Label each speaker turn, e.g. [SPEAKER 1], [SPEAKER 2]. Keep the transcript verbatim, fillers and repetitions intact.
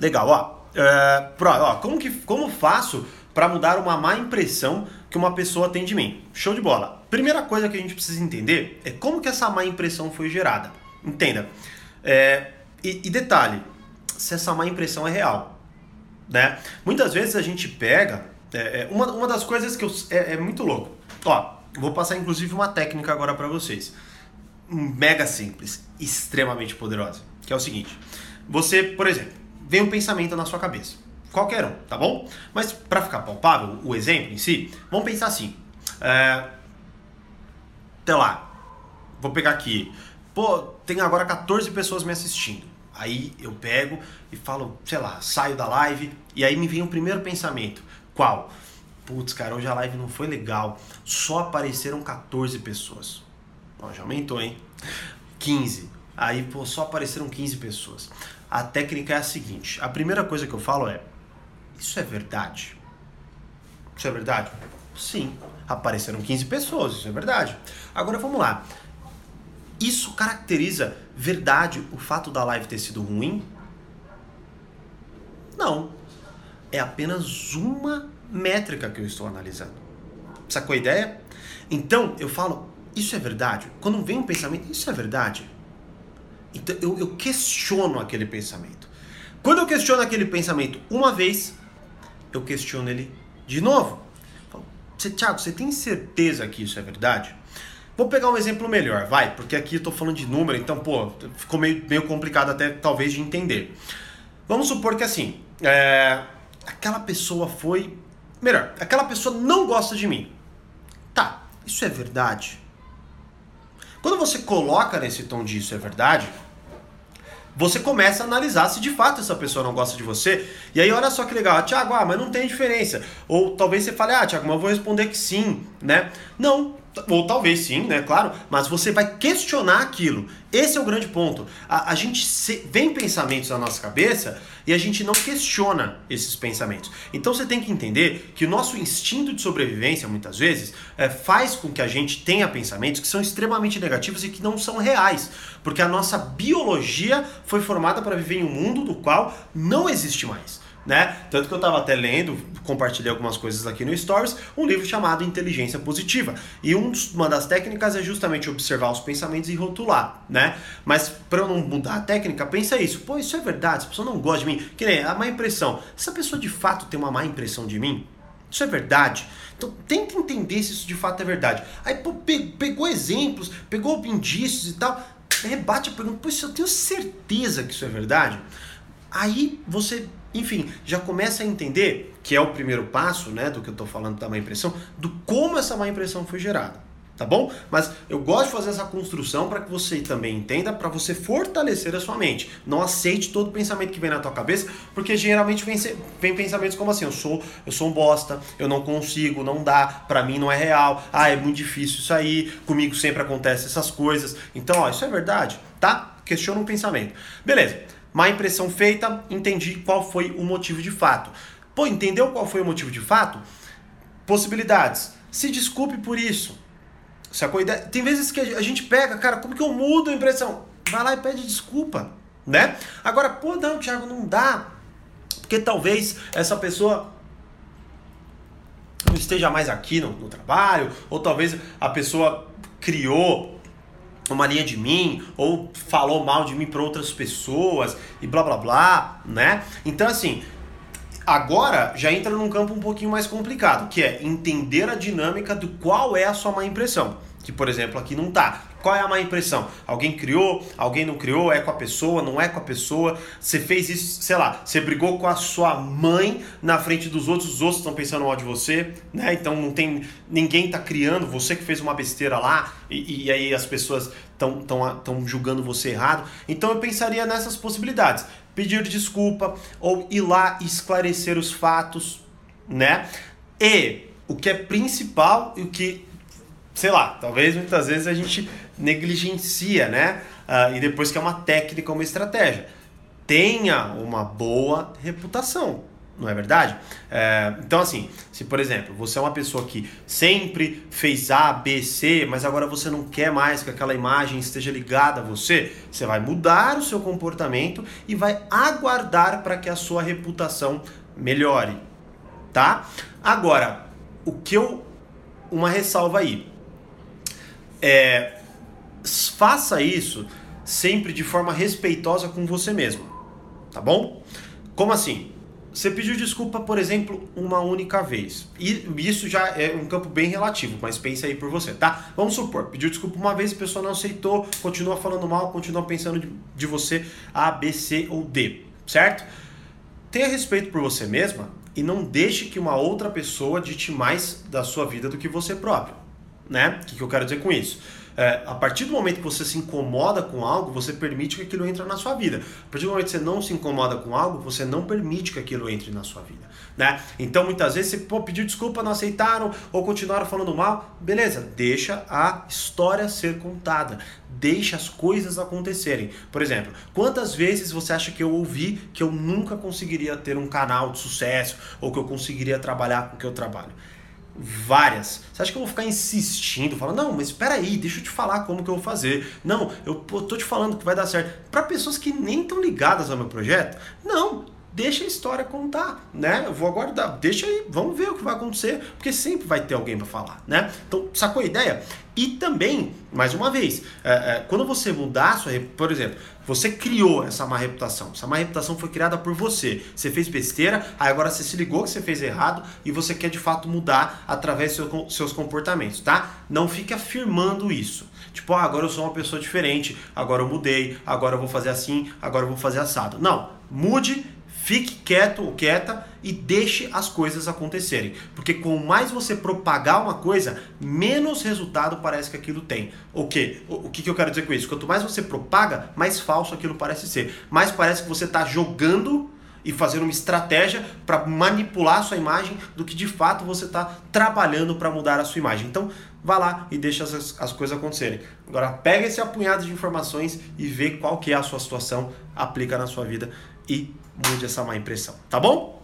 [SPEAKER 1] Legal, ó. É, pro, ó como, que, como faço para mudar uma má impressão que uma pessoa tem de mim? Show de bola. Primeira coisa que a gente precisa entender é como que essa má impressão foi gerada. Entenda. É, e, e detalhe, se essa má impressão é real, né? Muitas vezes a gente pega... É, uma, uma das coisas que eu, é, é muito louco. Ó, vou passar inclusive uma técnica agora para vocês. Mega simples, extremamente poderosa. Que é o seguinte. Você, por exemplo, vem um pensamento na sua cabeça. Qualquer um, tá bom? Mas para ficar palpável, o exemplo em si, vamos pensar assim. É, até lá, vou pegar aqui. Pô, tem agora catorze pessoas me assistindo. Aí eu pego e falo, sei lá, saio da live e aí me vem o primeiro pensamento. Qual? Putz, cara, hoje a live não foi legal. Só apareceram catorze pessoas. Ó, já aumentou, hein? quinze. Aí, pô, só apareceram quinze pessoas. A técnica é a seguinte. A primeira coisa que eu falo é, isso é verdade? Isso é verdade? Sim. Apareceram quinze pessoas, isso é verdade. Agora vamos lá. Isso caracteriza verdade o fato da live ter sido ruim? Não. É apenas uma métrica que eu estou analisando. Sacou a ideia? Então, eu falo, isso é verdade? Quando vem um pensamento, isso é verdade? Então, eu, eu questiono aquele pensamento. Quando eu questiono aquele pensamento uma vez, eu questiono ele de novo. Falo, Thiago, você tem certeza que isso é verdade? Vou pegar um exemplo melhor, vai, porque aqui eu tô falando de número, então, pô, ficou meio, meio complicado até, talvez, de entender. Vamos supor que, assim, é, aquela pessoa foi... Melhor, aquela pessoa não gosta de mim. Tá, isso é verdade? Quando você coloca nesse tom de isso é verdade, você começa a analisar se de fato essa pessoa não gosta de você. E aí, olha só que legal, ah, Thiago, ah, mas não tem diferença. Ou talvez você fale, ah, Thiago, mas eu vou responder que sim, né? Não, ou talvez sim, né, claro, mas você vai questionar aquilo. Esse é o grande ponto. A, a gente se, vem pensamentos na nossa cabeça e a gente não questiona esses pensamentos. Então você tem que entender que o nosso instinto de sobrevivência, muitas vezes, é, faz com que a gente tenha pensamentos que são extremamente negativos e que não são reais. Porque a nossa biologia foi formada para viver em um mundo do qual não existe mais. Né? Tanto que eu estava até lendo, compartilhei algumas coisas aqui no Stories, um livro chamado Inteligência Positiva. E um dos, uma das técnicas é justamente observar os pensamentos e rotular, né? Mas para eu não mudar a técnica, pensa isso. Pô, isso é verdade, essa pessoa não gosta de mim. Que nem a má impressão. Essa pessoa de fato tem uma má impressão de mim? Isso é verdade? Então tenta entender se isso de fato é verdade. Aí pô, pegou exemplos, pegou indícios e tal, rebate a pergunta, pô, eu tenho certeza que isso é verdade? Aí você... Enfim, já começa a entender, que é o primeiro passo, né, do que eu tô falando da má impressão, do como essa má impressão foi gerada, tá bom? Mas eu gosto de fazer essa construção para que você também entenda, para você fortalecer a sua mente. Não aceite todo pensamento que vem na tua cabeça, porque geralmente vem, vem pensamentos como assim, eu sou, eu sou um bosta, eu não consigo, não dá, para mim não é real, ah, é muito difícil isso aí, comigo sempre acontecem essas coisas. Então, ó, isso é verdade, tá? Questiona um pensamento. Beleza. Má impressão feita, entendi qual foi o motivo de fato. Pô, entendeu qual foi o motivo de fato? Possibilidades. Se desculpe por isso. Sacou? Tem vezes que a gente pega, cara, como que eu mudo a impressão? Vai lá e pede desculpa, né? Agora, pô, não, Thiago, não dá. Porque talvez essa pessoa não esteja mais aqui no, no trabalho, ou talvez a pessoa criou uma linha de mim, ou falou mal de mim para outras pessoas, e blá blá blá, né? Então assim, agora já entra num campo um pouquinho mais complicado, que é entender a dinâmica do qual é a sua má impressão, que por exemplo aqui não tá. Qual é a má impressão? Alguém criou, alguém não criou, é com a pessoa, não é com a pessoa, você fez isso, sei lá, você brigou com a sua mãe na frente dos outros, os outros estão pensando mal de você, né? Então não tem, ninguém tá criando, você que fez uma besteira lá, e, e aí as pessoas estão tão, tão julgando você errado. Então eu pensaria nessas possibilidades, pedir desculpa, ou ir lá e esclarecer os fatos, né? E o que é principal e o que, sei lá, talvez muitas vezes a gente negligencia, né? Uh, e depois que é uma técnica, uma estratégia. Tenha uma boa reputação, Não é verdade? É, então, assim, se por exemplo, você é uma pessoa que sempre fez A, B, C, mas agora você não quer mais que aquela imagem esteja ligada a você, você vai mudar o seu comportamento e vai aguardar para que a sua reputação melhore, tá? Agora, o que eu... Uma ressalva aí. É, faça isso sempre de forma respeitosa com você mesmo, tá bom? Como assim? Você pediu desculpa, por exemplo, uma única vez. E isso já é um campo bem relativo, mas pense aí por você, tá? Vamos supor, pediu desculpa uma vez, a pessoa não aceitou, continua falando mal, continua pensando de, de você A, B, C ou D, certo? Tenha respeito por você mesma e não deixe que uma outra pessoa dite mais da sua vida do que você próprio, né? O que, que eu quero dizer com isso? É, a partir do momento que você se incomoda com algo, você permite que aquilo entre na sua vida. A partir do momento que você não se incomoda com algo, você não permite que aquilo entre na sua vida, né? Então, muitas vezes, você pô, pediu desculpa, não aceitaram ou continuaram falando mal, beleza, deixa a história ser contada. Deixa as coisas acontecerem. Por exemplo, quantas vezes você acha que eu ouvi que eu nunca conseguiria ter um canal de sucesso ou que eu conseguiria trabalhar com o que eu trabalho? Várias. Você acha que eu vou ficar insistindo, falando, não, mas espera aí, deixa eu te falar como que eu vou fazer. Não, eu tô te falando que vai dar certo. Para pessoas que nem estão ligadas ao meu projeto, não, deixa a história contar, né? Eu vou aguardar, deixa aí, vamos ver o que vai acontecer, porque sempre vai ter alguém para falar, né? Então, sacou a ideia? E também, mais uma vez, é, é, quando você mudar a sua, por exemplo, você criou essa má reputação, essa má reputação foi criada por você, você fez besteira, aí agora você se ligou que você fez errado e você quer de fato mudar através dos seu, seus comportamentos, tá? Não fique afirmando isso. Tipo, ah, agora eu sou uma pessoa diferente, agora eu mudei, agora eu vou fazer assim, agora eu vou fazer assado. Não, mude. Fique quieto ou quieta e deixe as coisas acontecerem. Porque quanto mais você propagar uma coisa, menos resultado parece que aquilo tem. O quê? O que eu quero dizer com isso? Quanto mais você propaga, mais falso aquilo parece ser. Mais parece que você está jogando e fazendo uma estratégia para manipular a sua imagem do que de fato você está trabalhando para mudar a sua imagem. Então, vá lá e deixa as, as coisas acontecerem. Agora, pega esse apunhado de informações e vê qual que é a sua situação, aplica na sua vida e mude essa má impressão, tá bom?